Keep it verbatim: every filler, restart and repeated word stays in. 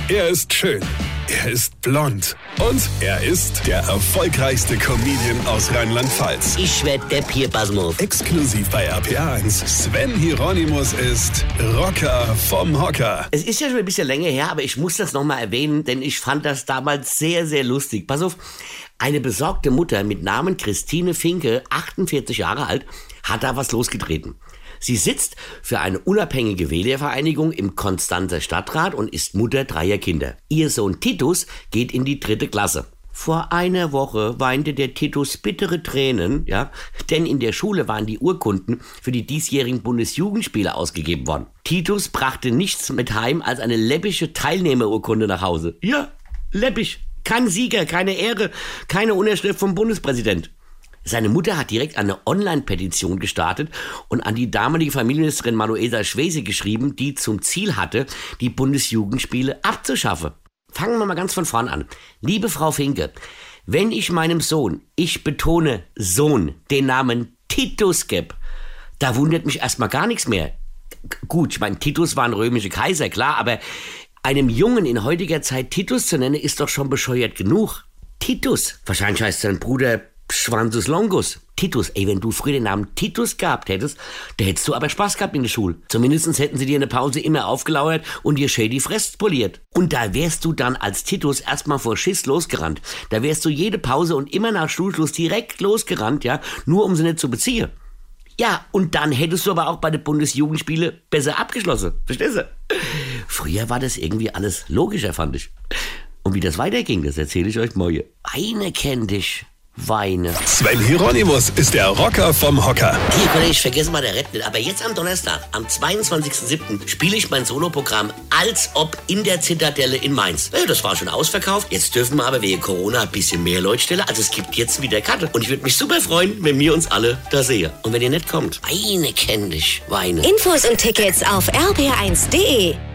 Er ist schön. Er ist blond. Und er ist der erfolgreichste Comedian aus Rheinland-Pfalz. Ich werd der Pierpasmus. Exklusiv bei R P A eins. Sven Hieronymus ist Rocker vom Hocker. Es ist ja schon ein bisschen länger her, aber ich muss das nochmal erwähnen, denn ich fand das damals sehr, sehr lustig. Pass auf, eine besorgte Mutter mit Namen Christine Finke, achtundvierzig Jahre alt, hat da was losgetreten. Sie sitzt für eine unabhängige Wählervereinigung im Konstanzer Stadtrat und ist Mutter dreier Kinder. Ihr Sohn Titus geht in die dritte Klasse. Vor einer Woche weinte der Titus bittere Tränen, ja, denn in der Schule waren die Urkunden für die diesjährigen Bundesjugendspiele ausgegeben worden. Titus brachte nichts mit heim als eine läppische Teilnehmerurkunde nach Hause. Ja, läppisch. Kein Sieger, keine Ehre, keine Unterschrift vom Bundespräsident. Seine Mutter hat direkt eine Online-Petition gestartet und an die damalige Familienministerin Manuela Schwesig geschrieben, die zum Ziel hatte, die Bundesjugendspiele abzuschaffen. Fangen wir mal ganz von vorn an. Liebe Frau Finke, wenn ich meinem Sohn, ich betone Sohn, den Namen Titus gebe, da wundert mich erstmal gar nichts mehr. G- gut, ich meine, Titus war ein römischer Kaiser, klar, aber einem Jungen in heutiger Zeit Titus zu nennen, ist doch schon bescheuert genug. Titus, wahrscheinlich heißt sein Bruder Schwanzus Longus. Titus, ey, wenn du früher den Namen Titus gehabt hättest, da hättest du aber Spaß gehabt in der Schule. Zumindest hätten sie dir in der Pause immer aufgelauert und dir schön die Fresse poliert. Und da wärst du dann als Titus erstmal vor Schiss losgerannt. Da wärst du jede Pause und immer nach Schulschluss direkt losgerannt, ja, nur um sie nicht zu beziehen. Ja, und dann hättest du aber auch bei den Bundesjugendspielen besser abgeschlossen. Verstehst du? Früher war das irgendwie alles logischer, fand ich. Und wie das weiterging, das erzähle ich euch morgen. Eine kennt dich. Weine. Sven Hieronymus ist der Rocker vom Hocker. Hier, Kollege, ich vergesse mal der Rett nicht, aber jetzt am Donnerstag, am zweiundzwanzigsten siebten spiele ich mein Soloprogramm Als ob in der Zitadelle in Mainz. Ja, das war schon ausverkauft. Jetzt dürfen wir aber wegen Corona ein bisschen mehr Leute stellen. Also es gibt jetzt wieder Karte. Und ich würde mich super freuen, wenn wir uns alle da sehen. Und wenn ihr nicht kommt, Weine kenn dich, Weine. Infos und Tickets auf r p eins punkt d e.